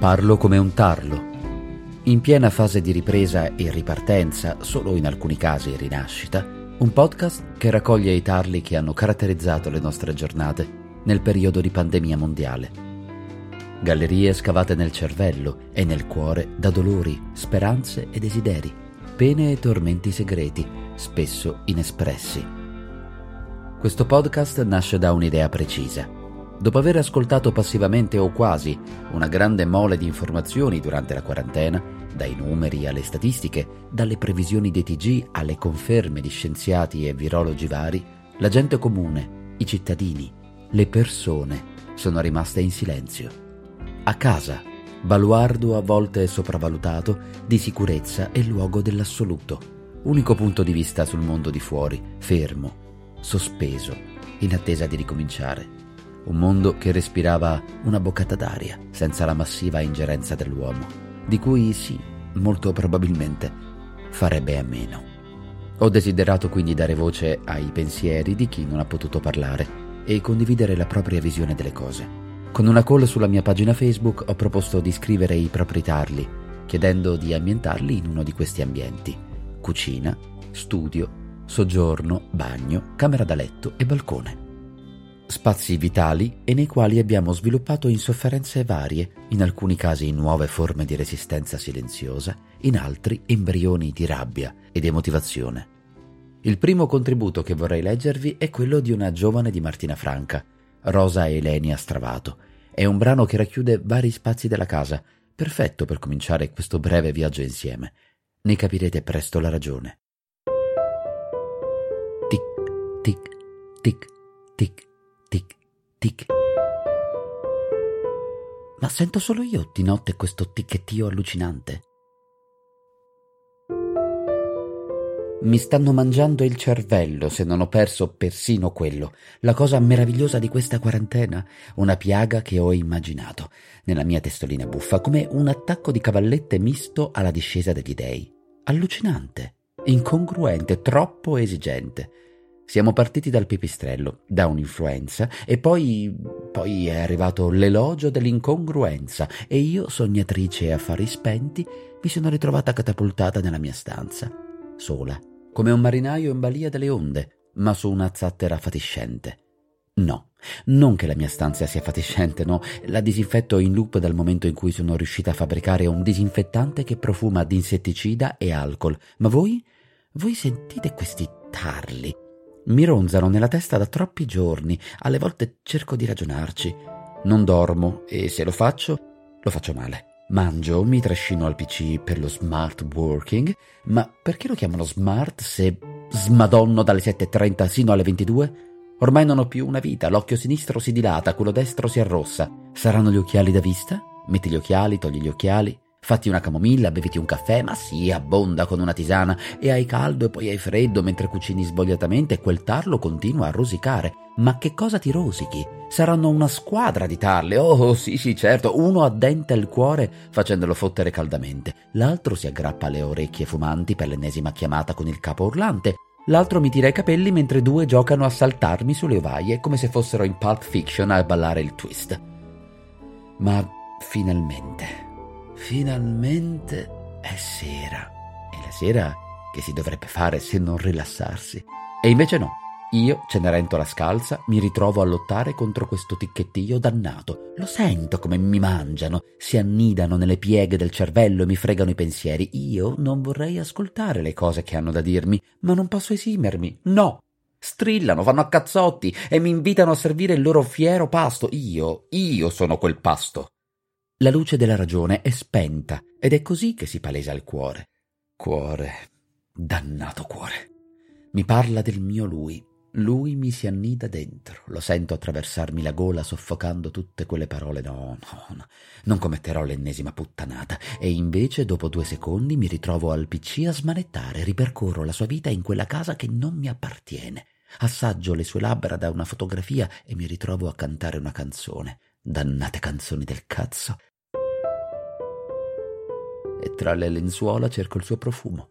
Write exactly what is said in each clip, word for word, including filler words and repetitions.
Parlo come un tarlo. In piena fase di ripresa e ripartenza, solo in alcuni casi rinascita, un podcast che raccoglie i tarli che hanno caratterizzato le nostre giornate nel periodo di pandemia mondiale. Gallerie scavate nel cervello e nel cuore da dolori, speranze e desideri, pene e tormenti segreti, spesso inespressi. Questo podcast nasce da un'idea precisa. Dopo aver ascoltato passivamente o quasi una grande mole di informazioni durante la quarantena, dai numeri alle statistiche, dalle previsioni dei T G alle conferme di scienziati e virologi vari, la gente comune, i cittadini, le persone sono rimaste in silenzio. A casa, baluardo a volte sopravvalutato di sicurezza e luogo dell'assoluto, unico punto di vista sul mondo di fuori, fermo, sospeso, in attesa di ricominciare. Un mondo che respirava una boccata d'aria, senza la massiva ingerenza dell'uomo, di cui sì, molto probabilmente, farebbe a meno. Ho desiderato quindi dare voce ai pensieri di chi non ha potuto parlare e condividere la propria visione delle cose. Con una call sulla mia pagina Facebook ho proposto di scrivere i propri tarli, chiedendo di ambientarli in uno di questi ambienti: cucina, studio, soggiorno, bagno, camera da letto e balcone. Spazi vitali e nei quali abbiamo sviluppato insofferenze varie, in alcuni casi nuove forme di resistenza silenziosa, in altri embrioni di rabbia e di emotivazione. Il primo contributo che vorrei leggervi è quello di una giovane di Martina Franca, Rosa Elenia Stravato. È un brano che racchiude vari spazi della casa, perfetto per cominciare questo breve viaggio insieme. Ne capirete presto la ragione. Tic, tic, tic, tic. Tic, tic. Ma sento solo io di notte questo ticchettio allucinante? Mi stanno mangiando il cervello se non ho perso persino quello. La cosa meravigliosa di questa quarantena, una piaga che ho immaginato nella mia testolina buffa come un attacco di cavallette misto alla discesa degli dei. Allucinante, incongruente, troppo esigente. Siamo partiti dal pipistrello, da un'influenza, e poi, poi è arrivato l'elogio dell'incongruenza e io, sognatrice e affari spenti, mi sono ritrovata catapultata nella mia stanza, sola, come un marinaio in balia delle onde, ma su una zattera fatiscente. No, non che la mia stanza sia fatiscente, no, la disinfetto in loop dal momento in cui sono riuscita a fabbricare un disinfettante che profuma di insetticida e alcol, ma voi? Voi sentite questi tarli? Mi ronzano nella testa da troppi giorni, alle volte cerco di ragionarci. Non dormo e se lo faccio, lo faccio male. Mangio, mi trascino al P C per lo smart working, ma perché lo chiamano smart se smadonno dalle sette e trenta sino alle ventidue? Ormai non ho più una vita, l'occhio sinistro si dilata, quello destro si arrossa. Saranno gli occhiali da vista? Metti gli occhiali, togli gli occhiali. Fatti una camomilla, beviti un caffè, ma sì, abbonda con una tisana, e hai caldo e poi hai freddo mentre cucini svogliatamente e quel tarlo continua a rosicare. Ma che cosa ti rosichi? Saranno una squadra di tarle, oh sì sì certo, uno addenta il cuore facendolo fottere caldamente, l'altro si aggrappa alle orecchie fumanti per l'ennesima chiamata con il capo urlante, l'altro mi tira i capelli mentre due giocano a saltarmi sulle ovaie come se fossero in Pulp Fiction a ballare il twist. Ma finalmente... Finalmente è sera. È la sera che si dovrebbe fare se non rilassarsi. E invece no. Io, Cenerentola scalza, mi ritrovo a lottare contro questo ticchettio dannato. Lo sento come mi mangiano, si annidano nelle pieghe del cervello e mi fregano i pensieri. Io non vorrei ascoltare le cose che hanno da dirmi, ma non posso esimermi. No! Strillano, fanno a cazzotti e mi invitano a servire il loro fiero pasto. Io, io sono quel pasto. La luce della ragione è spenta ed è così che si palesa il cuore. Cuore, dannato cuore. Mi parla del mio lui. Lui mi si annida dentro. Lo sento attraversarmi la gola soffocando tutte quelle parole. No, no, no. Non commetterò l'ennesima puttanata. E invece dopo due secondi mi ritrovo al P C a smanettare. Ripercorro la sua vita in quella casa che non mi appartiene. Assaggio le sue labbra da una fotografia e mi ritrovo a cantare una canzone. Dannate canzoni del cazzo. E tra le lenzuola cerco il suo profumo.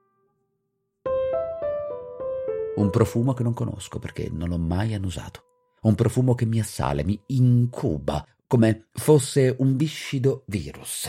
Un profumo che non conosco perché non l'ho mai annusato. Un profumo che mi assale, mi incuba. come fosse un viscido virus.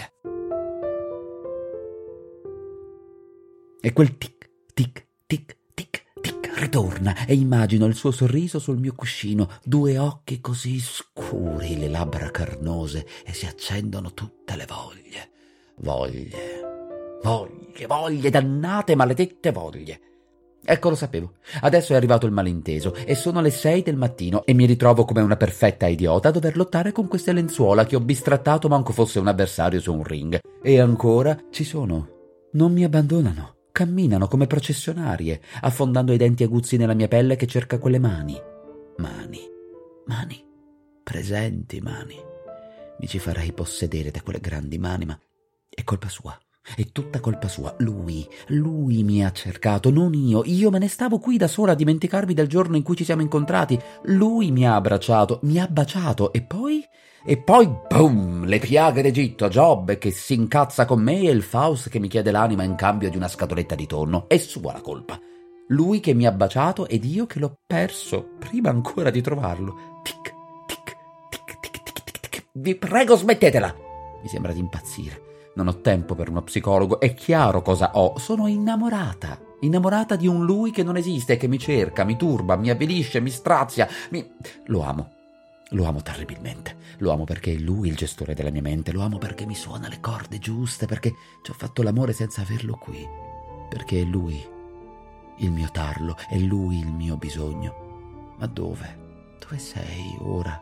E quel tic, tic, tic, tic, tic ritorna e immagino il suo sorriso sul mio cuscino, due occhi così scuri, le labbra carnose, e si accendono tutte le voglie. Voglie, voglie, voglie, dannate, maledette voglie. Ecco, lo sapevo. Adesso è arrivato il malinteso e sono le sei del mattino e mi ritrovo come una perfetta idiota a dover lottare con queste lenzuola che ho bistrattato manco fosse un avversario su un ring. E ancora ci sono. Non mi abbandonano. Camminano come processionarie, affondando i denti aguzzi nella mia pelle che cerca quelle mani. Mani, mani, presenti mani. Mi ci farei possedere da quelle grandi mani, ma è colpa sua. È tutta colpa sua. Lui, lui mi ha cercato, non io. Io me ne stavo qui da sola a dimenticarmi del giorno in cui ci siamo incontrati. Lui mi ha abbracciato, mi ha baciato e poi... E poi, boom, le piaghe d'Egitto, Giobbe che si incazza con me e il Faust che mi chiede l'anima in cambio di una scatoletta di tonno. È sua la colpa. Lui che mi ha baciato ed io che l'ho perso prima ancora di trovarlo. Tic, tic, tic, tic, tic, tic, tic. Vi prego, smettetela! Mi sembra di impazzire. Non ho tempo per uno psicologo. È chiaro cosa ho. Sono innamorata. Innamorata di un lui che non esiste, che mi cerca, mi turba, mi avvilisce, mi strazia. Mi... Lo amo. Lo amo terribilmente. Lo amo perché è lui il gestore della mia mente. Lo amo perché mi suona le corde giuste, perché ci ho fatto l'amore senza averlo qui. Perché è lui il mio tarlo, è lui il mio bisogno. Ma dove? Dove sei ora?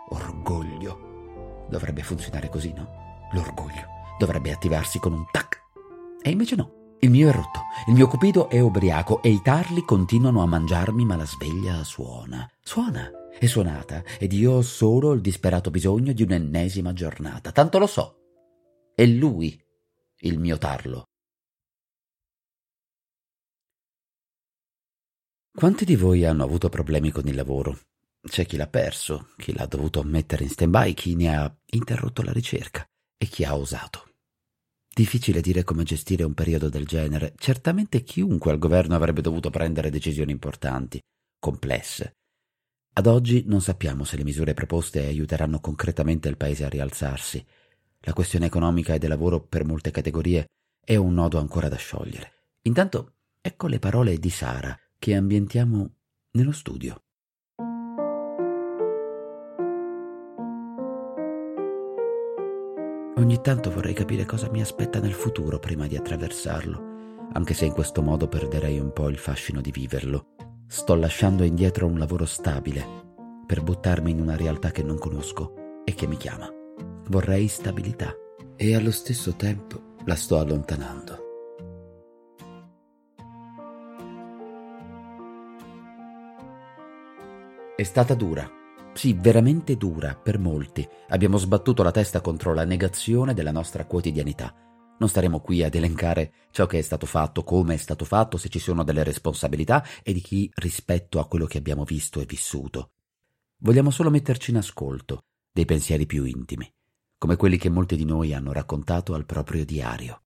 Orgoglio. Dovrebbe funzionare così, no? L'orgoglio dovrebbe attivarsi con un tac. E invece no. Il mio è rotto, il mio cupido è ubriaco e i tarli continuano a mangiarmi, ma la sveglia suona. Suona. È suonata ed io ho solo il disperato bisogno di un'ennesima giornata. Tanto lo so. È lui il mio tarlo. Quanti di voi hanno avuto problemi con il lavoro? C'è chi l'ha perso, chi l'ha dovuto mettere in stand-by, chi ne ha interrotto la ricerca e chi ha osato. Difficile dire come gestire un periodo del genere. Certamente chiunque al governo avrebbe dovuto prendere decisioni importanti, complesse. Ad oggi non sappiamo se le misure proposte aiuteranno concretamente il paese a rialzarsi. La questione economica e del lavoro per molte categorie è un nodo ancora da sciogliere. Intanto, ecco le parole di Sara che ambientiamo nello studio. Ogni tanto vorrei capire cosa mi aspetta nel futuro prima di attraversarlo, anche se in questo modo perderei un po' il fascino di viverlo. Sto lasciando indietro un lavoro stabile per buttarmi in una realtà che non conosco e che mi chiama. Vorrei stabilità e allo stesso tempo la sto allontanando. È stata dura, sì, veramente dura per molti. Abbiamo sbattuto la testa contro la negazione della nostra quotidianità. Non staremo qui ad elencare ciò che è stato fatto, come è stato fatto, se ci sono delle responsabilità e di chi rispetto a quello che abbiamo visto e vissuto. Vogliamo solo metterci in ascolto dei pensieri più intimi, come quelli che molti di noi hanno raccontato al proprio diario.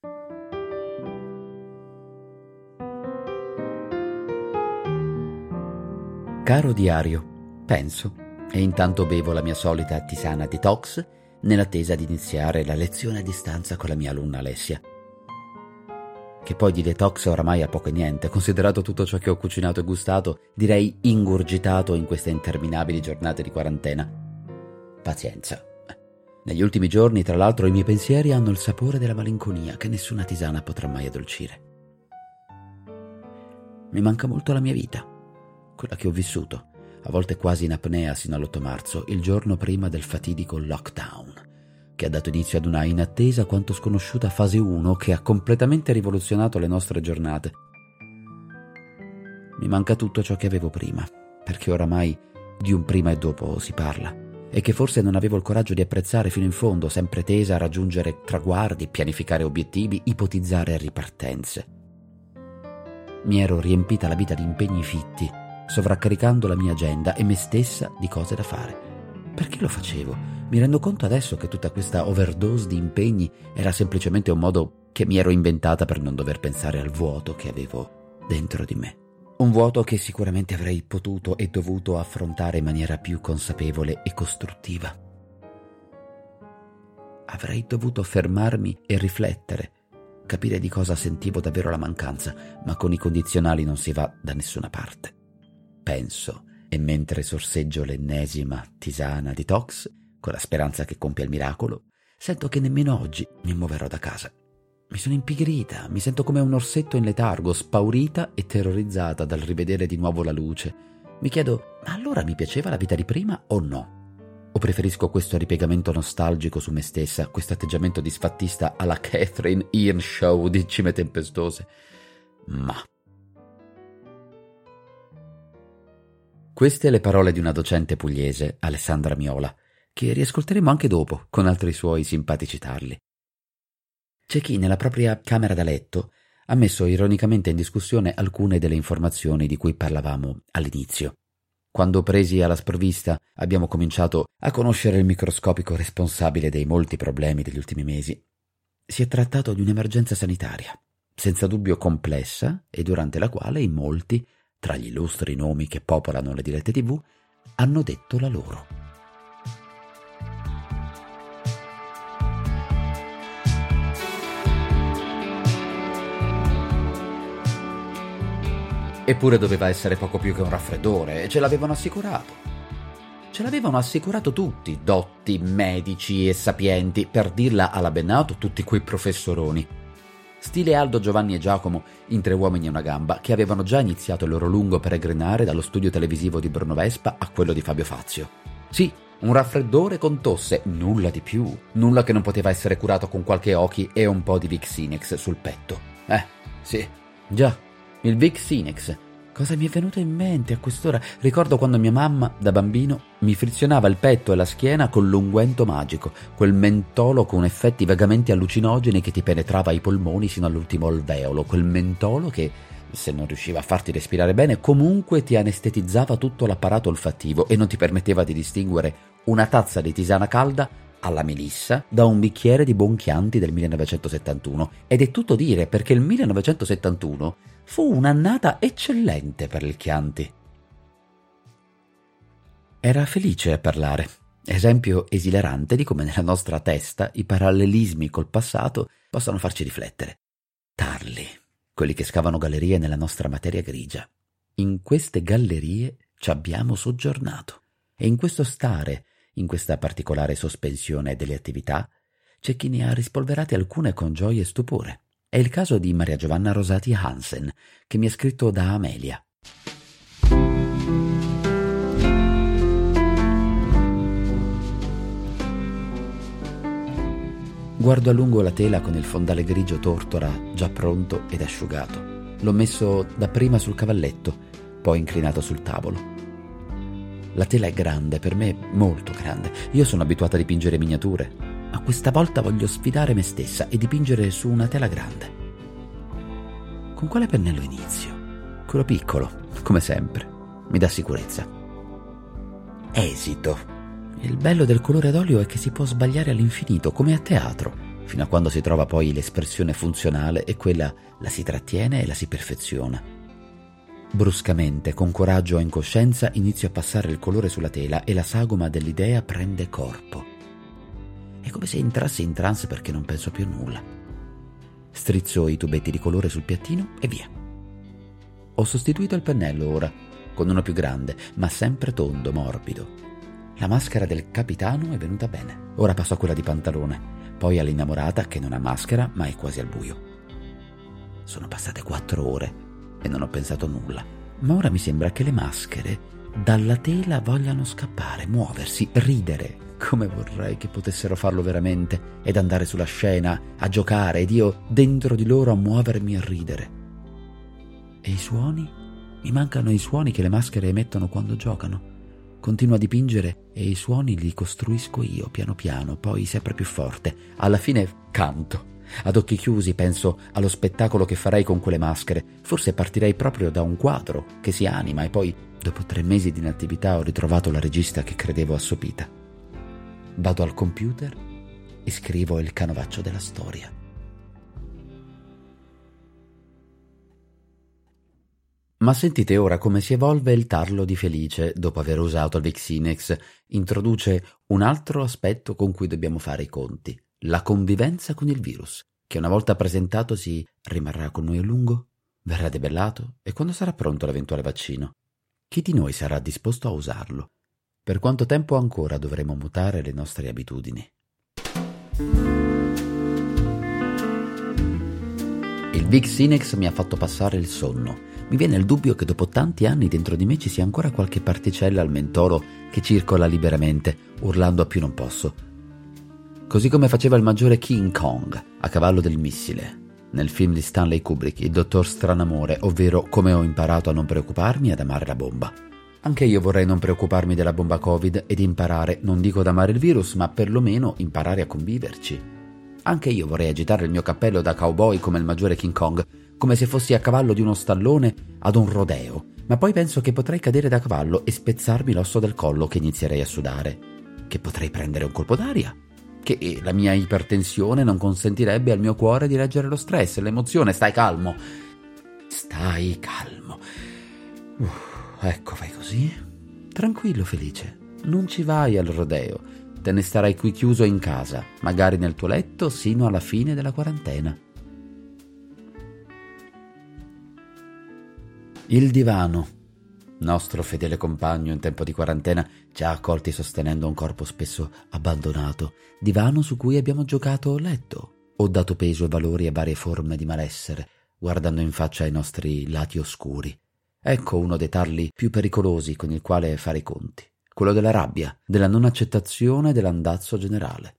Caro diario, penso, e intanto bevo la mia solita tisana detox nell'attesa di iniziare la lezione a distanza con la mia alunna Alessia. Che poi di detox oramai ha poco e niente, considerato tutto ciò che ho cucinato e gustato, direi ingurgitato in queste interminabili giornate di quarantena. Pazienza. Negli ultimi giorni, tra l'altro, i miei pensieri hanno il sapore della malinconia che nessuna tisana potrà mai addolcire. Mi manca molto la mia vita, quella che ho vissuto, a volte quasi in apnea sino all'otto marzo, il giorno prima del fatidico lockdown, che ha dato inizio ad una inattesa quanto sconosciuta fase uno che ha completamente rivoluzionato le nostre giornate. Mi manca tutto ciò che avevo prima, perché oramai di un prima e dopo si parla, e che forse non avevo il coraggio di apprezzare fino in fondo, sempre tesa a raggiungere traguardi, pianificare obiettivi, ipotizzare ripartenze. Mi ero riempita la vita di impegni fitti, sovraccaricando la mia agenda e me stessa di cose da fare. Perché lo facevo? Mi rendo conto adesso che tutta questa overdose di impegni era semplicemente un modo che mi ero inventata per non dover pensare al vuoto che avevo dentro di me. Un vuoto che sicuramente avrei potuto e dovuto affrontare in maniera più consapevole e costruttiva. Avrei dovuto fermarmi e riflettere, capire di cosa sentivo davvero la mancanza, ma con i condizionali non si va da nessuna parte. Penso, e mentre sorseggio l'ennesima tisana detox, con la speranza che compia il miracolo, sento che nemmeno oggi mi muoverò da casa. Mi sono impigrita, mi sento come un orsetto in letargo, spaurita e terrorizzata dal rivedere di nuovo la luce. Mi chiedo, ma allora mi piaceva la vita di prima o no? O preferisco questo ripiegamento nostalgico su me stessa, questo atteggiamento disfattista alla Catherine Earnshaw di Cime Tempestose? Ma... Queste le parole di una docente pugliese, Alessandra Miola, che riascolteremo anche dopo con altri suoi simpatici tarli. C'è chi nella propria camera da letto ha messo ironicamente in discussione alcune delle informazioni di cui parlavamo all'inizio. Quando presi alla sprovvista abbiamo cominciato a conoscere il microscopico responsabile dei molti problemi degli ultimi mesi. Si è trattato di un'emergenza sanitaria, senza dubbio complessa e durante la quale in molti, tra gli illustri nomi che popolano le dirette tivù, hanno detto la loro. Eppure doveva essere poco più che un raffreddore, e ce l'avevano assicurato. Ce l'avevano assicurato tutti, dotti, medici e sapienti, per dirla alla Bennato tutti quei professoroni. Stile Aldo, Giovanni e Giacomo in Tre uomini e una gamba, che avevano già iniziato il loro lungo peregrinare dallo studio televisivo di Bruno Vespa a quello di Fabio Fazio. Sì, un raffreddore con tosse, nulla di più, nulla che non poteva essere curato con qualche occhi e un po' di Vixinex sul petto. Eh, sì, già. Il Vixinex. Cosa mi è venuto in mente a quest'ora? Ricordo quando mia mamma, da bambino, mi frizionava il petto e la schiena con l'unguento magico, quel mentolo con effetti vagamente allucinogeni che ti penetrava i polmoni sino all'ultimo alveolo, quel mentolo che, se non riusciva a farti respirare bene, comunque ti anestetizzava tutto l'apparato olfattivo e non ti permetteva di distinguere una tazza di tisana calda alla melissa da un bicchiere di buon Chianti del millenovecentosettantuno. Ed è tutto dire, perché il millenovecentosettantuno fu un'annata eccellente per il Chianti. Era felice a parlare, esempio esilarante di come nella nostra testa i parallelismi col passato possano farci riflettere. Tarli, quelli che scavano gallerie nella nostra materia grigia. In queste gallerie ci abbiamo soggiornato, e in questo stare, in questa particolare sospensione delle attività, c'è chi ne ha rispolverate alcune con gioia e stupore. È il caso di Maria Giovanna Rosati Hansen, che mi ha scritto da Amelia. Guardo a lungo la tela con il fondale grigio tortora già pronto ed asciugato. L'ho messo dapprima sul cavalletto, poi inclinato sul tavolo. La tela è grande, per me molto grande. Io sono abituata a dipingere miniature, ma questa volta voglio sfidare me stessa e dipingere su una tela grande. Con quale pennello inizio? Quello piccolo, come sempre, mi dà sicurezza. Esito. Il bello del colore ad olio è che si può sbagliare all'infinito, come a teatro, fino a quando si trova poi l'espressione funzionale e quella la si trattiene e la si perfeziona. Bruscamente, con coraggio o incoscienza, inizio a passare il colore sulla tela e la sagoma dell'idea prende corpo. È come se entrassi in trance perché non penso più a nulla. Strizzo i tubetti di colore sul piattino e via. Ho sostituito il pennello ora, con uno più grande, ma sempre tondo, morbido. La maschera del capitano è venuta bene. Ora passo a quella di pantalone, poi all'innamorata che non ha maschera ma è quasi al buio. Sono passate quattro ore e non ho pensato nulla. Ma ora mi sembra che le maschere dalla tela vogliano scappare, muoversi, ridere, come vorrei che potessero farlo veramente, ed andare sulla scena, a giocare, ed io dentro di loro a muovermi e a ridere. E i suoni? Mi mancano i suoni che le maschere emettono quando giocano. Continuo a dipingere e i suoni li costruisco io, piano piano, poi sempre più forte. Alla fine canto. Ad occhi chiusi penso allo spettacolo che farei con quelle maschere. Forse partirei proprio da un quadro che si anima e poi, dopo tre mesi di inattività, ho ritrovato la regista che credevo assopita. Vado al computer e scrivo il canovaccio della storia. Ma sentite ora come si evolve il tarlo di Felice dopo aver usato il Vixinex. Introduce un altro aspetto con cui dobbiamo fare i conti: la convivenza con il virus, che una volta presentatosi rimarrà con noi a lungo, verrà debellato e quando sarà pronto l'eventuale vaccino? Chi di noi sarà disposto a usarlo? Per quanto tempo ancora dovremo mutare le nostre abitudini? Il Vix-Inex mi ha fatto passare il sonno. Mi viene il dubbio che dopo tanti anni dentro di me ci sia ancora qualche particella al mentolo che circola liberamente, urlando a più non posso. Così come faceva il maggiore King Kong, a cavallo del missile, nel film di Stanley Kubrick, Il dottor Stranamore, ovvero Come ho imparato a non preoccuparmi e ad amare la bomba. Anche io vorrei non preoccuparmi della bomba Covid ed imparare, non dico ad amare il virus, ma perlomeno imparare a conviverci. Anche io vorrei agitare il mio cappello da cowboy come il maggiore King Kong, come se fossi a cavallo di uno stallone ad un rodeo, ma poi penso che potrei cadere da cavallo e spezzarmi l'osso del collo, che inizierei a sudare, che potrei prendere un colpo d'aria, che la mia ipertensione non consentirebbe al mio cuore di reggere lo stress e l'emozione. Stai calmo, stai calmo. Uff, ecco, fai così. Tranquillo, Felice, non ci vai al rodeo. Te ne starai qui chiuso in casa, magari nel tuo letto, sino alla fine della quarantena. Il divano, nostro fedele compagno in tempo di quarantena, ci ha accolti sostenendo un corpo spesso abbandonato, divano su cui abbiamo giocato o letto, o dato peso e valori a varie forme di malessere, guardando in faccia i nostri lati oscuri. Ecco uno dei tarli più pericolosi con il quale fare i conti. Quello della rabbia, della non accettazione dell'andazzo generale.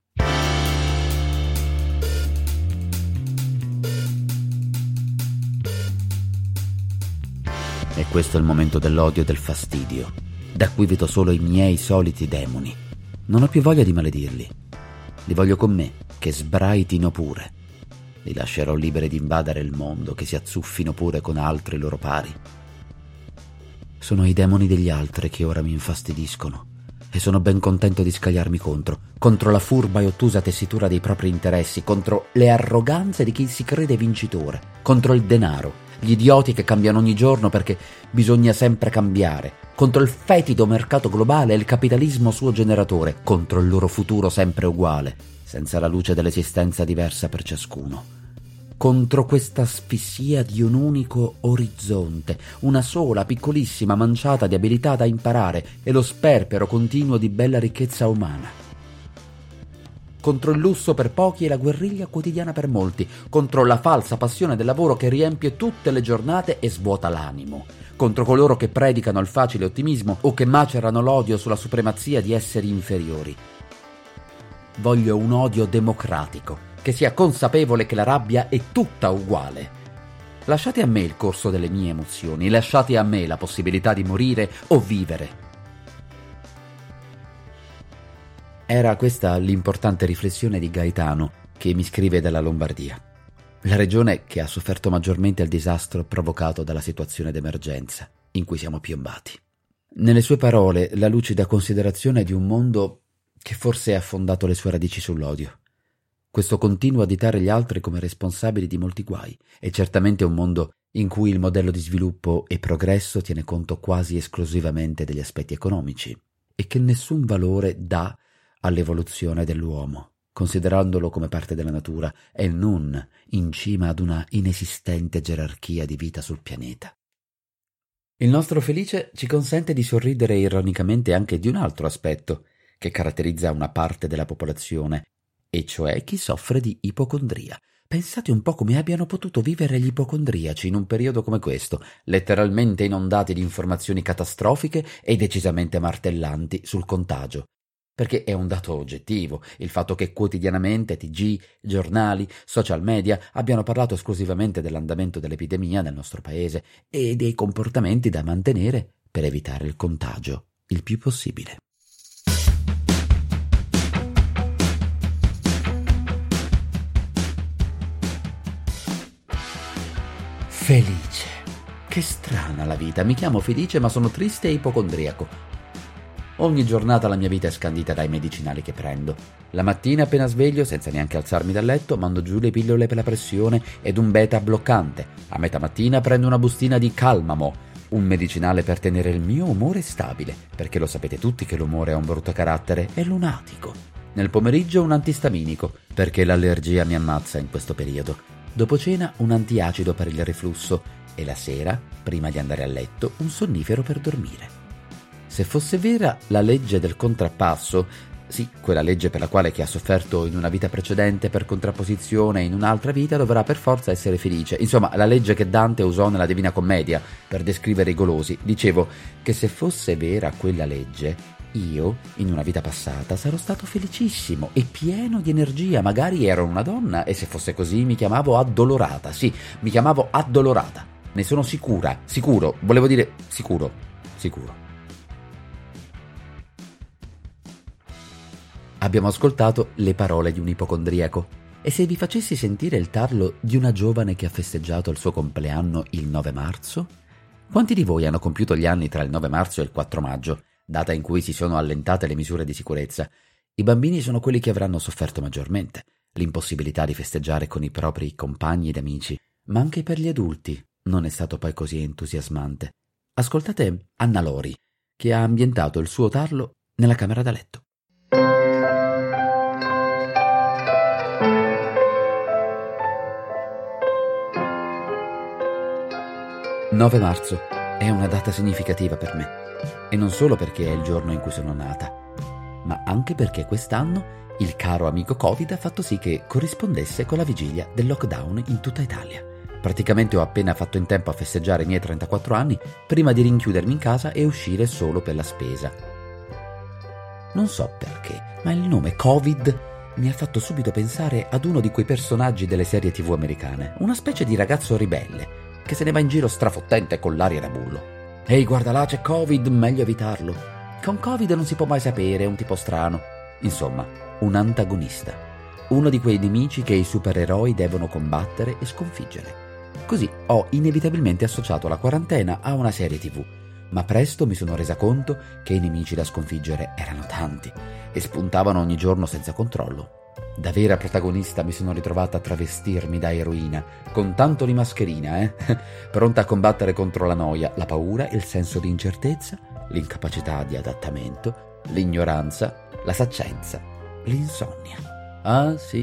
E questo è il momento dell'odio e del fastidio, da cui vedo solo i miei soliti demoni. Non ho più voglia di maledirli. Li voglio con me, che sbraitino pure. Li lascerò liberi di invadere il mondo, che si azzuffino pure con altri loro pari. Sono i demoni degli altri che ora mi infastidiscono e sono ben contento di scagliarmi contro, contro la furba e ottusa tessitura dei propri interessi, contro le arroganze di chi si crede vincitore, contro il denaro, gli idioti che cambiano ogni giorno perché bisogna sempre cambiare, contro il fetido mercato globale e il capitalismo suo generatore, contro il loro futuro sempre uguale, senza la luce dell'esistenza diversa per ciascuno. Contro questa asfissia di un unico orizzonte, una sola piccolissima manciata di abilità da imparare e lo sperpero continuo di bella ricchezza umana. Contro il lusso per pochi e la guerriglia quotidiana per molti, contro la falsa passione del lavoro che riempie tutte le giornate e svuota l'animo, contro coloro che predicano il facile ottimismo o che macerano l'odio sulla supremazia di esseri inferiori. Voglio un odio democratico, che sia consapevole che la rabbia è tutta uguale. Lasciate a me il corso delle mie emozioni, lasciate a me la possibilità di morire o vivere. Era questa l'importante riflessione di Gaetano, che mi scrive dalla Lombardia, la regione che ha sofferto maggiormente il disastro provocato dalla situazione d'emergenza in cui siamo piombati. Nelle sue parole, la lucida considerazione di un mondo che forse ha fondato le sue radici sull'odio. Questo continuo additare gli altri come responsabili di molti guai è certamente un mondo in cui il modello di sviluppo e progresso tiene conto quasi esclusivamente degli aspetti economici e che nessun valore dà all'evoluzione dell'uomo, considerandolo come parte della natura e non in cima ad una inesistente gerarchia di vita sul pianeta. Il nostro Felice ci consente di sorridere ironicamente anche di un altro aspetto che caratterizza una parte della popolazione, e cioè chi soffre di ipocondria. Pensate un po' come abbiano potuto vivere gli ipocondriaci in un periodo come questo, letteralmente inondati di informazioni catastrofiche e decisamente martellanti sul contagio. Perché è un dato oggettivo il fatto che quotidianamente T G, giornali, social media abbiano parlato esclusivamente dell'andamento dell'epidemia nel nostro paese e dei comportamenti da mantenere per evitare il contagio il più possibile. Felice. Che strana la vita. Mi chiamo Felice ma sono triste e ipocondriaco. Ogni giornata la mia vita è scandita dai medicinali che prendo. La mattina appena sveglio, senza neanche alzarmi dal letto, mando giù le pillole per la pressione ed un beta bloccante. A metà mattina prendo una bustina di Calmamo, un medicinale per tenere il mio umore stabile, perché lo sapete tutti che l'umore ha un brutto carattere, è lunatico. Nel pomeriggio un antistaminico, perché l'allergia mi ammazza in questo periodo. Dopo cena un antiacido per il reflusso e la sera, prima di andare a letto, un sonnifero per dormire. Se fosse vera la legge del contrappasso, sì, quella legge per la quale chi ha sofferto in una vita precedente per contrapposizione in un'altra vita dovrà per forza essere felice. Insomma, la legge che Dante usò nella Divina Commedia per descrivere i golosi. Dicevo che se fosse vera quella legge, io, in una vita passata, sarò stato felicissimo e pieno di energia. Magari ero una donna e se fosse così mi chiamavo Addolorata. Sì, mi chiamavo Addolorata. Ne sono sicura, sicuro, volevo dire sicuro, sicuro. Abbiamo ascoltato le parole di un ipocondriaco. E se vi facessi sentire il tarlo di una giovane che ha festeggiato il suo compleanno il nove marzo? Quanti di voi hanno compiuto gli anni tra il nove marzo e il quattro maggio, data in cui si sono allentate le misure di sicurezza? I bambini sono quelli che avranno sofferto maggiormente, l'impossibilità di festeggiare con i propri compagni ed amici, ma anche per gli adulti non è stato poi così entusiasmante. Ascoltate Anna Lori, che ha ambientato il suo tarlo nella camera da letto. nove marzo è una data significativa per me, e non solo perché è il giorno in cui sono nata, ma anche perché quest'anno il caro amico Covid ha fatto sì che corrispondesse con la vigilia del lockdown in tutta Italia. Praticamente ho appena fatto in tempo a festeggiare i miei trentaquattro anni prima di rinchiudermi in casa e uscire solo per la spesa. Non so perché, ma il nome Covid mi ha fatto subito pensare ad uno di quei personaggi delle serie tivù americane, una specie di ragazzo ribelle che se ne va in giro strafottente con l'aria da bullo. Ehi, guarda là, c'è Covid, meglio evitarlo. Con Covid non si può mai sapere, è un tipo strano. Insomma, un antagonista. Uno di quei nemici che i supereroi devono combattere e sconfiggere. Così ho inevitabilmente associato la quarantena a una serie tivù, ma presto mi sono resa conto che i nemici da sconfiggere erano tanti e spuntavano ogni giorno senza controllo. Da vera protagonista mi sono ritrovata a travestirmi da eroina, con tanto di mascherina, eh? Pronta a combattere contro la noia, la paura, il senso di incertezza, l'incapacità di adattamento, l'ignoranza, la saccenza, l'insonnia. Ah sì,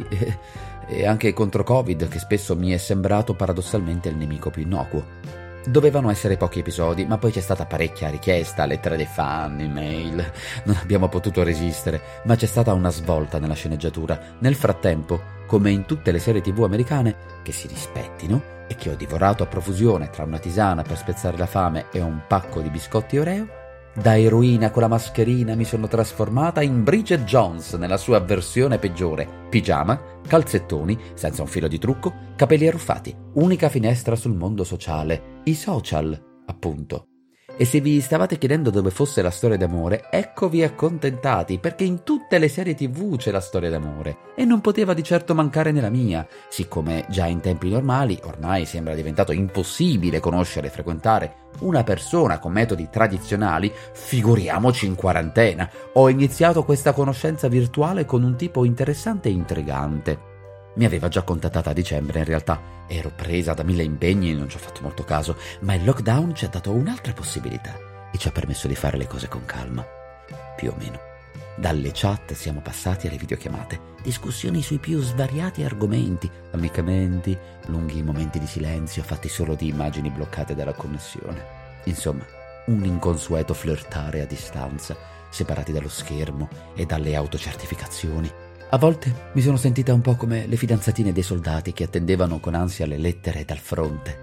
e anche contro Covid, che spesso mi è sembrato paradossalmente il nemico più innocuo. Dovevano essere pochi episodi, ma poi c'è stata parecchia richiesta, lettere dei fan, email. Non abbiamo potuto resistere, ma c'è stata una svolta nella sceneggiatura. Nel frattempo, come in tutte le serie tivù americane, che si rispettino e che ho divorato a profusione tra una tisana per spezzare la fame e un pacco di biscotti Oreo, da eroina con la mascherina mi sono trasformata in Bridget Jones nella sua versione peggiore: pigiama, calzettoni, senza un filo di trucco, capelli arruffati, unica finestra sul mondo sociale, i social, appunto. E se vi stavate chiedendo dove fosse la storia d'amore, eccovi accontentati, perché in tutte le serie tivù c'è la storia d'amore, e non poteva di certo mancare nella mia, siccome già in tempi normali ormai sembra diventato impossibile conoscere e frequentare una persona con metodi tradizionali, figuriamoci in quarantena. Ho iniziato questa conoscenza virtuale con un tipo interessante e intrigante. Mi aveva già contattata a dicembre, in realtà ero presa da mille impegni e non ci ho fatto molto caso, ma il lockdown ci ha dato un'altra possibilità e ci ha permesso di fare le cose con calma, più o meno. Dalle chat siamo passati alle videochiamate, discussioni sui più svariati argomenti, ammiccamenti, lunghi momenti di silenzio fatti solo di immagini bloccate dalla connessione. Insomma, un inconsueto flirtare a distanza, separati dallo schermo e dalle autocertificazioni. A volte mi sono sentita un po' come le fidanzatine dei soldati che attendevano con ansia le lettere dal fronte.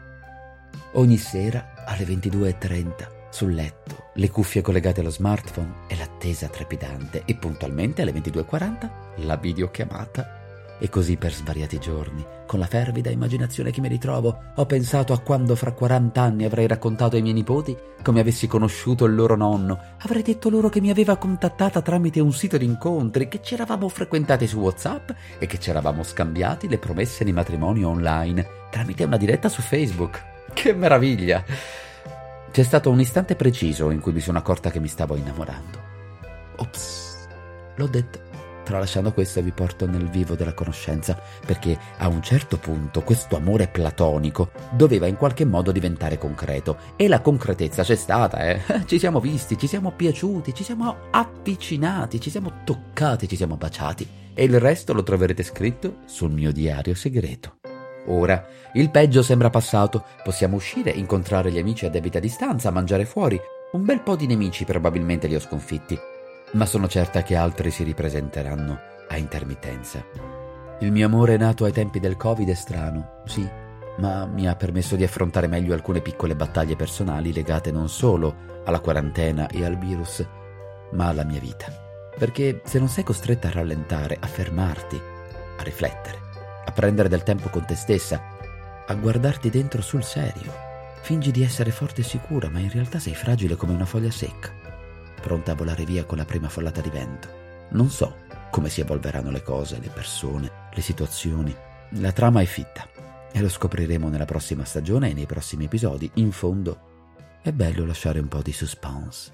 Ogni sera alle ventidue e trenta sul letto, le cuffie collegate allo smartphone e l'attesa trepidante, e puntualmente alle ventidue e quaranta la videochiamata. E così per svariati giorni, con la fervida immaginazione che mi ritrovo, ho pensato a quando fra quaranta anni avrei raccontato ai miei nipoti come avessi conosciuto il loro nonno. Avrei detto loro che mi aveva contattata tramite un sito di incontri, che ci eravamo frequentati su WhatsApp e che ci eravamo scambiati le promesse di matrimonio online tramite una diretta su Facebook. Che meraviglia! C'è stato un istante preciso in cui mi sono accorta che mi stavo innamorando. Ops, l'ho detto. Tralasciando questo vi porto nel vivo della conoscenza, perché a un certo punto questo amore platonico doveva in qualche modo diventare concreto, e la concretezza c'è stata, eh. Ci siamo visti, ci siamo piaciuti, ci siamo avvicinati, ci siamo toccati, ci siamo baciati, e il resto lo troverete scritto sul mio diario segreto. Ora, il peggio sembra passato, possiamo uscire, incontrare gli amici a debita distanza, mangiare fuori. Un bel po' di nemici probabilmente li ho sconfitti, ma sono certa che altri si ripresenteranno a intermittenza. Il mio amore è nato ai tempi del Covid è strano, sì, ma mi ha permesso di affrontare meglio alcune piccole battaglie personali legate non solo alla quarantena e al virus, ma alla mia vita. Perché se non sei costretta a rallentare, a fermarti, a riflettere, a prendere del tempo con te stessa, a guardarti dentro sul serio, fingi di essere forte e sicura, ma in realtà sei fragile come una foglia secca, pronta a volare via con la prima follata di vento. Non so come si evolveranno le cose, le persone, le situazioni. La trama è fitta e lo scopriremo nella prossima stagione e nei prossimi episodi. In fondo, è bello lasciare un po' di suspense.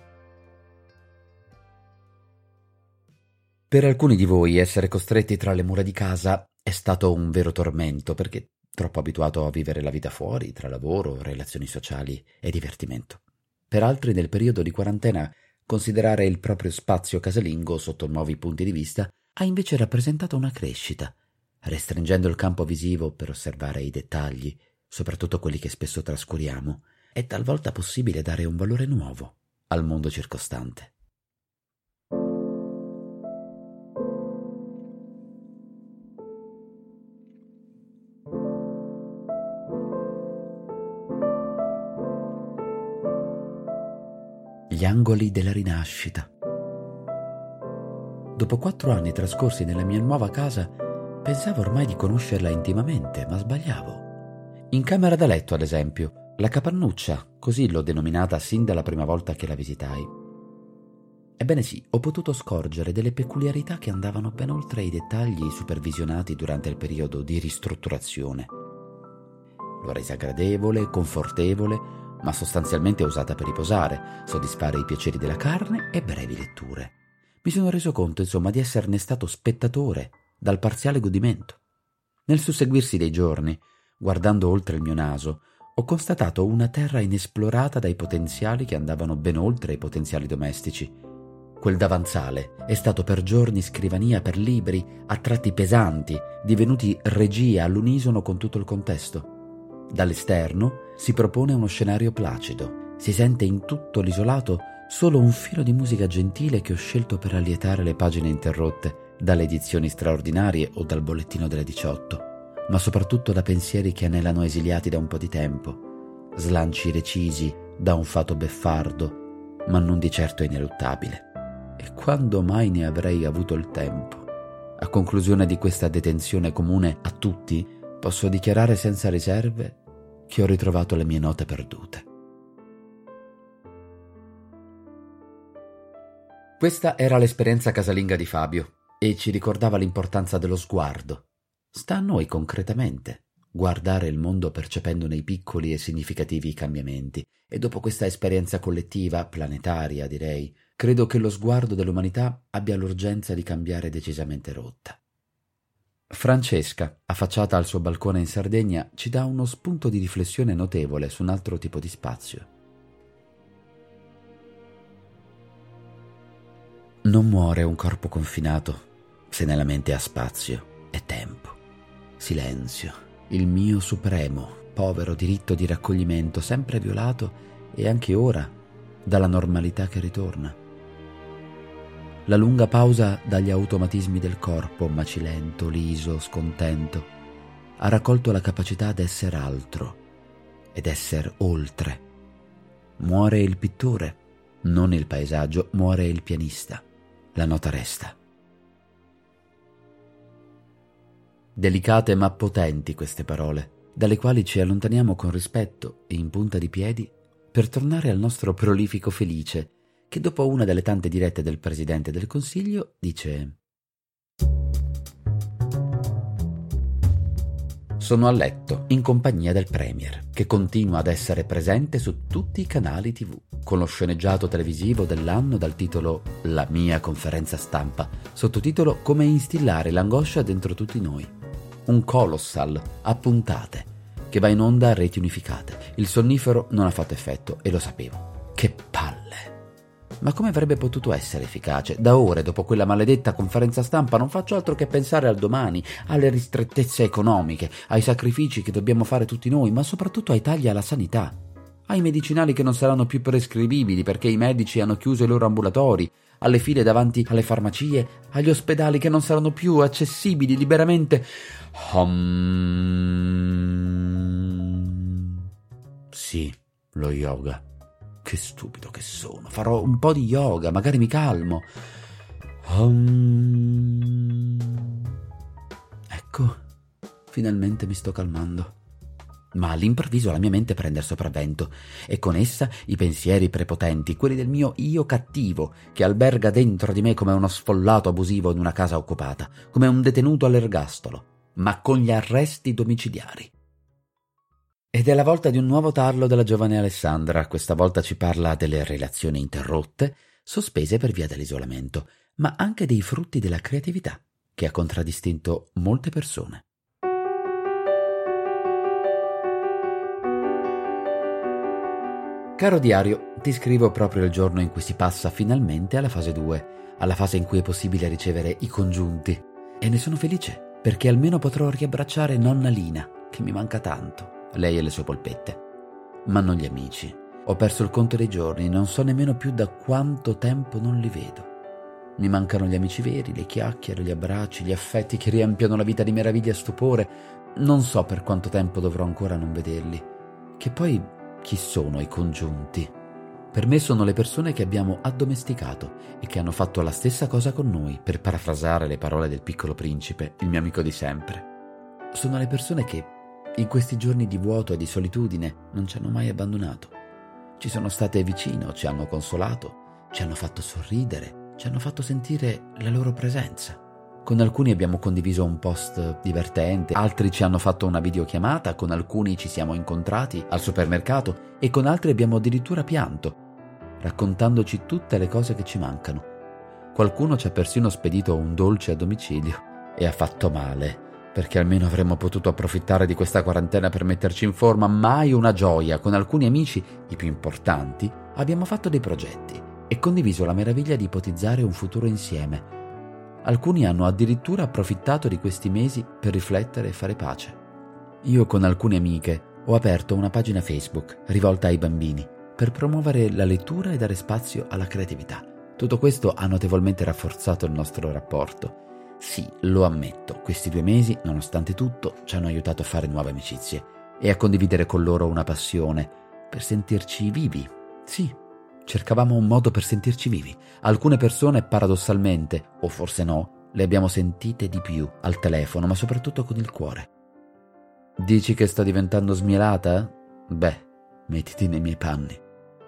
Per alcuni di voi essere costretti tra le mura di casa è stato un vero tormento, perché troppo abituato a vivere la vita fuori, tra lavoro, relazioni sociali e divertimento. Per altri nel periodo di quarantena considerare il proprio spazio casalingo sotto nuovi punti di vista ha invece rappresentato una crescita, restringendo il campo visivo per osservare i dettagli, soprattutto quelli che spesso trascuriamo. È talvolta possibile dare un valore nuovo al mondo circostante. Gli angoli della rinascita. Dopo quattro anni trascorsi nella mia nuova casa, pensavo ormai di conoscerla intimamente, ma sbagliavo. In camera da letto, ad esempio, la capannuccia, così l'ho denominata sin dalla prima volta che la visitai. Ebbene sì, ho potuto scorgere delle peculiarità che andavano ben oltre i dettagli supervisionati durante il periodo di ristrutturazione. L'ho resa gradevole, confortevole, ma sostanzialmente usata per riposare, soddisfare i piaceri della carne e brevi letture. Mi sono reso conto, insomma, di esserne stato spettatore, dal parziale godimento. Nel susseguirsi dei giorni, guardando oltre il mio naso, ho constatato una terra inesplorata dai potenziali che andavano ben oltre i potenziali domestici. Quel davanzale è stato per giorni scrivania per libri, a tratti pesanti, divenuti regia all'unisono con tutto il contesto. Dall'esterno si propone uno scenario placido, si sente in tutto l'isolato solo un filo di musica gentile che ho scelto per allietare le pagine interrotte dalle edizioni straordinarie o dal bollettino delle diciotto, ma soprattutto da pensieri che anelano esiliati da un po' di tempo, slanci recisi da un fato beffardo, ma non di certo ineluttabile. E quando mai ne avrei avuto il tempo? A conclusione di questa detenzione comune a tutti, posso dichiarare senza riserve che ho ritrovato le mie note perdute. Questa era l'esperienza casalinga di Fabio e ci ricordava l'importanza dello sguardo. Sta a noi concretamente guardare il mondo percependone i piccoli e significativi cambiamenti, e dopo questa esperienza collettiva, planetaria direi, credo che lo sguardo dell'umanità abbia l'urgenza di cambiare decisamente rotta. Francesca, affacciata al suo balcone in Sardegna, ci dà uno spunto di riflessione notevole su un altro tipo di spazio. Non muore un corpo confinato se nella mente ha spazio e tempo, silenzio, il mio supremo, povero diritto di raccoglimento sempre violato e anche ora dalla normalità che ritorna. La lunga pausa dagli automatismi del corpo, macilento, liso, scontento, ha raccolto la capacità d'essere altro ed essere oltre. Muore il pittore, non il paesaggio, muore il pianista, la nota resta. Delicate ma potenti queste parole, dalle quali ci allontaniamo con rispetto e in punta di piedi per tornare al nostro prolifico Felice, che dopo una delle tante dirette del Presidente del Consiglio dice: Sono a letto, in compagnia del Premier, che continua ad essere presente su tutti i canali tivù, con lo sceneggiato televisivo dell'anno dal titolo La mia conferenza stampa, sottotitolo Come instillare l'angoscia dentro tutti noi. Un colossal a puntate, che va in onda a reti unificate. Il sonnifero non ha fatto effetto, e lo sapevo. Che palle! Ma come avrebbe potuto essere efficace? Da ore, dopo quella maledetta conferenza stampa, non faccio altro che pensare al domani, alle ristrettezze economiche, ai sacrifici che dobbiamo fare tutti noi, ma soprattutto ai tagli alla sanità, ai medicinali che non saranno più prescrivibili perché i medici hanno chiuso i loro ambulatori, alle file davanti alle farmacie, agli ospedali che non saranno più accessibili liberamente. Um... Sì, lo yoga. Che stupido che sono. Farò un po' di yoga, magari mi calmo. Um... Ecco, finalmente mi sto calmando. Ma all'improvviso la mia mente prende il sopravvento e con essa i pensieri prepotenti, quelli del mio io cattivo che alberga dentro di me come uno sfollato abusivo in una casa occupata, come un detenuto all'ergastolo, ma con gli arresti domiciliari. Ed è la volta di un nuovo tarlo della giovane Alessandra. Questa volta ci parla delle relazioni interrotte, sospese per via dell'isolamento, ma anche dei frutti della creatività che ha contraddistinto molte persone. Caro diario, ti scrivo proprio il giorno in cui si passa finalmente alla fase due, alla fase in cui è possibile ricevere i congiunti. E ne sono felice, perché almeno potrò riabbracciare nonna Lina, che mi manca tanto. Lei e le sue polpette. Ma non gli amici. Ho perso il conto dei giorni, non so nemmeno più da quanto tempo non li vedo. Mi mancano gli amici veri, le chiacchiere, gli abbracci, gli affetti che riempiono la vita di meraviglia e stupore. Non so per quanto tempo dovrò ancora non vederli. Che poi, chi sono i congiunti? Per me sono le persone che abbiamo addomesticato e che hanno fatto la stessa cosa con noi, per parafrasare le parole del Piccolo Principe, il mio amico di sempre. Sono le persone che in questi giorni di vuoto e di solitudine non ci hanno mai abbandonato. Ci sono state vicino, ci hanno consolato, ci hanno fatto sorridere, ci hanno fatto sentire la loro presenza. Con alcuni abbiamo condiviso un post divertente, altri ci hanno fatto una videochiamata, con alcuni ci siamo incontrati al supermercato e con altri abbiamo addirittura pianto, raccontandoci tutte le cose che ci mancano. Qualcuno ci ha persino spedito un dolce a domicilio e ha fatto male, perché almeno avremmo potuto approfittare di questa quarantena per metterci in forma. Mai una gioia. Con alcuni amici, i più importanti, abbiamo fatto dei progetti e condiviso la meraviglia di ipotizzare un futuro insieme. Alcuni hanno addirittura approfittato di questi mesi per riflettere e fare pace. Io con alcune amiche ho aperto una pagina Facebook rivolta ai bambini per promuovere la lettura e dare spazio alla creatività. Tutto questo ha notevolmente rafforzato il nostro rapporto. Sì, lo ammetto, questi due mesi, nonostante tutto, ci hanno aiutato a fare nuove amicizie e a condividere con loro una passione per sentirci vivi. Sì, cercavamo un modo per sentirci vivi. Alcune persone, paradossalmente, o forse no, le abbiamo sentite di più al telefono, ma soprattutto con il cuore. Dici che sto diventando smielata? Beh, mettiti nei miei panni.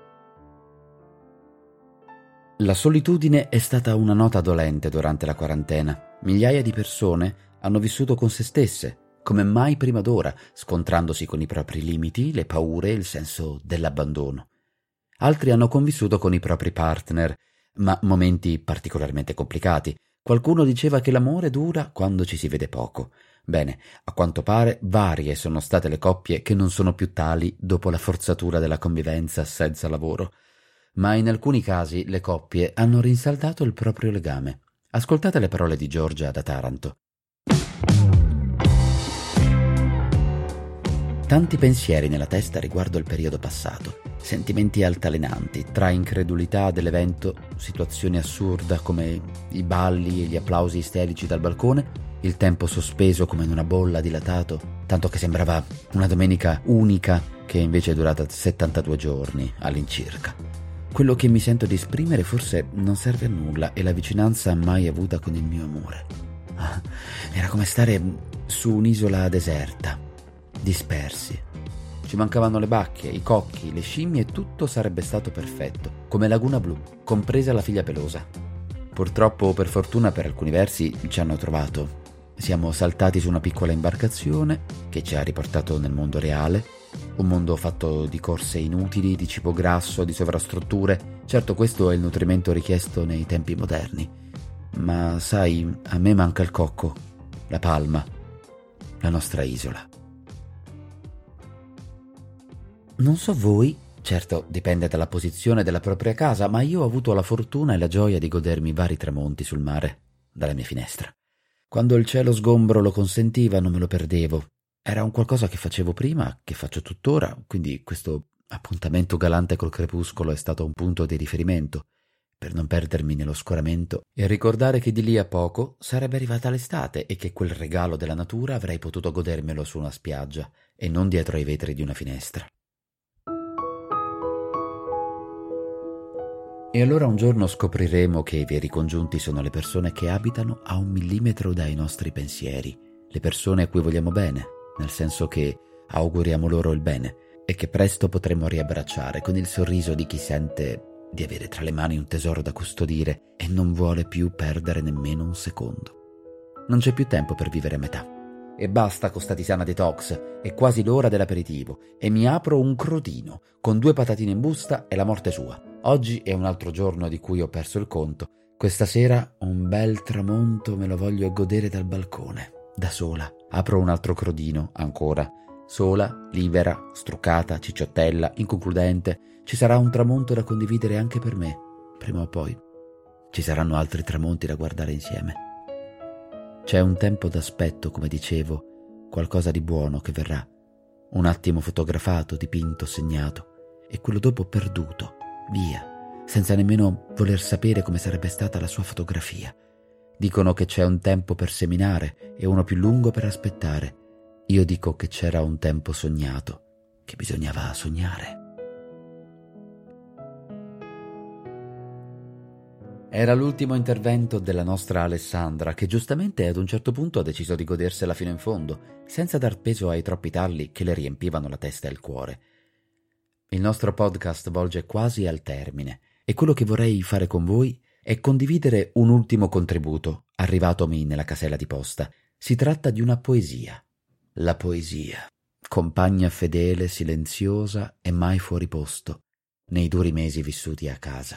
La solitudine è stata una nota dolente durante la quarantena. Migliaia di persone hanno vissuto con se stesse, come mai prima d'ora, scontrandosi con i propri limiti, le paure e il senso dell'abbandono. Altri hanno convissuto con i propri partner, ma momenti particolarmente complicati. Qualcuno diceva che l'amore dura quando ci si vede poco. Bene, a quanto pare varie sono state le coppie che non sono più tali dopo la forzatura della convivenza senza lavoro. Ma in alcuni casi le coppie hanno rinsaldato il proprio legame. Ascoltate le parole di Giorgia da Taranto. Tanti pensieri nella testa riguardo il periodo passato, sentimenti altalenanti, tra incredulità dell'evento, situazioni assurde come i balli e gli applausi isterici dal balcone, il tempo sospeso come in una bolla dilatato, tanto che sembrava una domenica unica che invece è durata settantadue giorni all'incirca. Quello che mi sento di esprimere forse non serve a nulla e la vicinanza mai avuta con il mio amore. Ah, era come stare su un'isola deserta, dispersi. Ci mancavano le bacche, i cocchi, le scimmie e tutto sarebbe stato perfetto, come Laguna Blu, compresa la figlia pelosa. Purtroppo o per fortuna per alcuni versi ci hanno trovato Siamo saltati su una piccola imbarcazione che ci ha riportato nel mondo reale, un mondo fatto di corse inutili, di cibo grasso, di sovrastrutture. Certo, questo è il nutrimento richiesto nei tempi moderni. Ma sai, a me manca il cocco, la palma, la nostra isola. Non so voi, certo dipende dalla posizione della propria casa, ma io ho avuto la fortuna e la gioia di godermi vari tramonti sul mare, dalla mia finestra. Quando il cielo sgombro lo consentiva non me lo perdevo. Era un qualcosa che facevo prima, che faccio tuttora, quindi questo appuntamento galante col crepuscolo è stato un punto di riferimento, per non perdermi nello scoramento e ricordare che di lì a poco sarebbe arrivata l'estate e che quel regalo della natura avrei potuto godermelo su una spiaggia e non dietro ai vetri di una finestra. E allora un giorno scopriremo che i veri congiunti sono le persone che abitano a un millimetro dai nostri pensieri, le persone a cui vogliamo bene, nel senso che auguriamo loro il bene e che presto potremo riabbracciare con il sorriso di chi sente di avere tra le mani un tesoro da custodire e non vuole più perdere nemmeno un secondo. Non c'è più tempo per vivere a metà. E basta con sta tisana detox, è quasi l'ora dell'aperitivo e mi apro un crotino con due patatine in busta e la morte sua. Oggi è un altro giorno di cui ho perso il conto. Questa sera un bel tramonto me lo voglio godere dal balcone, da sola. Apro un altro crodino, ancora. Sola, libera, struccata, cicciottella, inconcludente. Ci sarà un tramonto da condividere anche per me, prima o poi. Ci saranno altri tramonti da guardare insieme. C'è un tempo d'aspetto, come dicevo, qualcosa di buono che verrà. Un attimo fotografato, dipinto, segnato, e quello dopo perduto, via, senza nemmeno voler sapere come sarebbe stata la sua fotografia. Dicono che c'è un tempo per seminare e uno più lungo per aspettare. Io dico che c'era un tempo sognato, che bisognava sognare. Era l'ultimo intervento della nostra Alessandra, che giustamente ad un certo punto ha deciso di godersela fino in fondo, senza dar peso ai troppi talli che le riempivano la testa e il cuore. Il nostro podcast volge quasi al termine e quello che vorrei fare con voi è condividere un ultimo contributo arrivatomi nella casella di posta. Si tratta di una poesia. La poesia, compagna fedele, silenziosa e mai fuori posto, nei duri mesi vissuti a casa.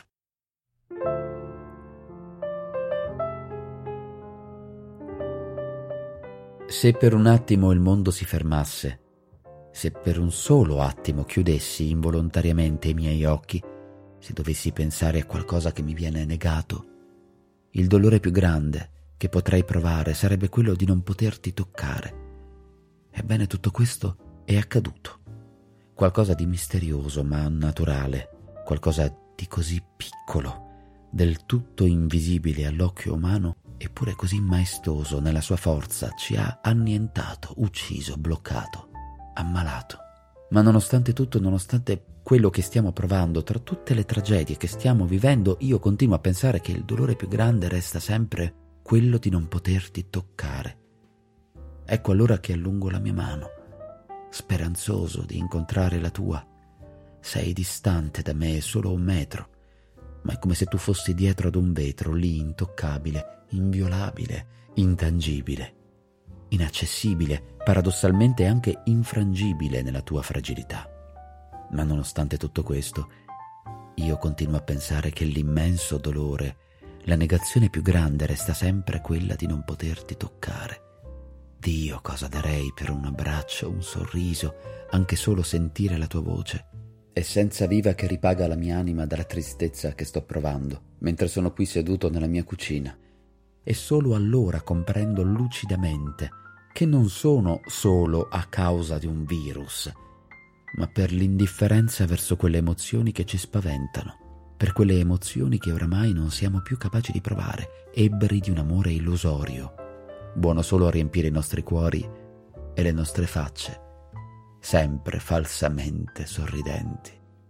Se per un attimo il mondo si fermasse, se per un solo attimo chiudessi involontariamente i miei occhi, se dovessi pensare a qualcosa che mi viene negato, il dolore più grande che potrei provare sarebbe quello di non poterti toccare. Ebbene, tutto questo è accaduto. Qualcosa di misterioso ma naturale, qualcosa di così piccolo, del tutto invisibile all'occhio umano, eppure così maestoso nella sua forza, ci ha annientato, ucciso, bloccato, ammalato. Ma nonostante tutto, nonostante quello che stiamo provando, tra tutte le tragedie che stiamo vivendo, io continuo a pensare che il dolore più grande resta sempre quello di non poterti toccare. Ecco allora che allungo la mia mano, speranzoso di incontrare la tua. Sei distante da me, solo un metro, ma è come se tu fossi dietro ad un vetro, lì intoccabile, inviolabile, intangibile, inaccessibile, paradossalmente anche infrangibile nella tua fragilità. Ma nonostante tutto questo, io continuo a pensare che l'immenso dolore, la negazione più grande resta sempre quella di non poterti toccare. Dio, cosa darei per un abbraccio, un sorriso, anche solo sentire la tua voce. Essenza viva che ripaga la mia anima dalla tristezza che sto provando, mentre sono qui seduto nella mia cucina. E solo allora comprendo lucidamente che non sono solo a causa di un virus, ma per l'indifferenza verso quelle emozioni che ci spaventano, per quelle emozioni che oramai non siamo più capaci di provare, ebbri di un amore illusorio, buono solo a riempire i nostri cuori e le nostre facce, sempre falsamente sorridenti.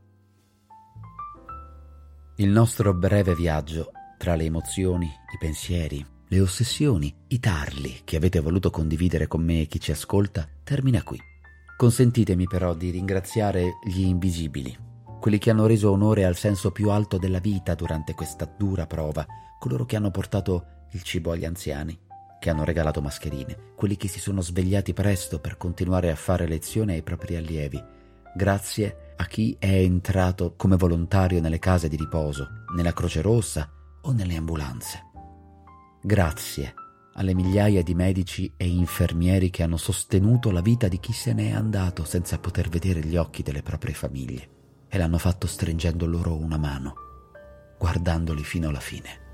Il nostro breve viaggio tra le emozioni, i pensieri, le ossessioni, i tarli che avete voluto condividere con me e chi ci ascolta termina qui. Consentitemi però di ringraziare gli invisibili, quelli che hanno reso onore al senso più alto della vita durante questa dura prova, coloro che hanno portato il cibo agli anziani, che hanno regalato mascherine, quelli che si sono svegliati presto per continuare a fare lezione ai propri allievi. Grazie a chi è entrato come volontario nelle case di riposo, nella Croce Rossa o nelle ambulanze. Grazie alle migliaia di medici e infermieri che hanno sostenuto la vita di chi se ne è andato senza poter vedere gli occhi delle proprie famiglie e l'hanno fatto stringendo loro una mano, guardandoli fino alla fine.